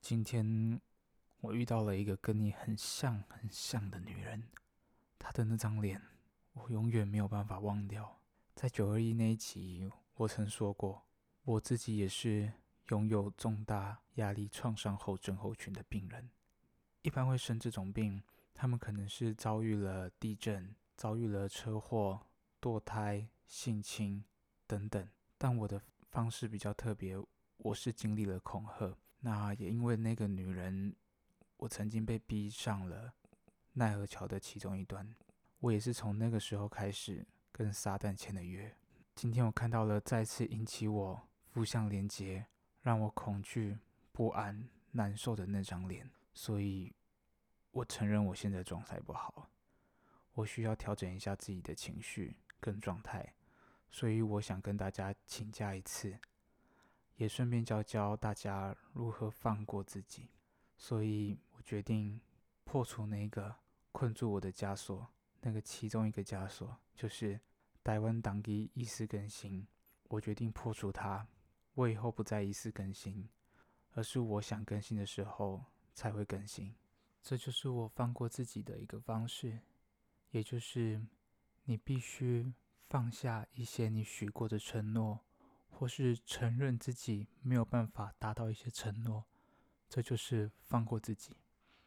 今天我遇到了一个跟你很像很像的女人，她的那张脸我永远没有办法忘掉。在921那一集，我曾说过，我自己也是拥有重大压力创伤后症候群的病人。一般会生这种病，他们可能是遭遇了地震、遭遇了车祸、堕胎、性侵等等，但我的方式比较特别，我是经历了恐吓。那也因为那个女人，我曾经被逼上了奈何桥的其中一端。我也是从那个时候开始跟撒旦签了约。今天我看到了再次引起我负向连结，让我恐惧、不安、难受的那张脸，所以我承认我现在状态不好，我需要调整一下自己的情绪跟状态，所以我想跟大家请假一次，也顺便教教大家如何放过自己。所以我决定破除那个困住我的枷锁，那个其中一个枷锁就是台湾党机意识更新。我决定破除它，我以后不再意识更新，而是我想更新的时候才会更新。这就是我放过自己的一个方式，也就是你必须放下一些你许过的承诺，或是承认自己没有办法达到一些承诺，这就是放过自己。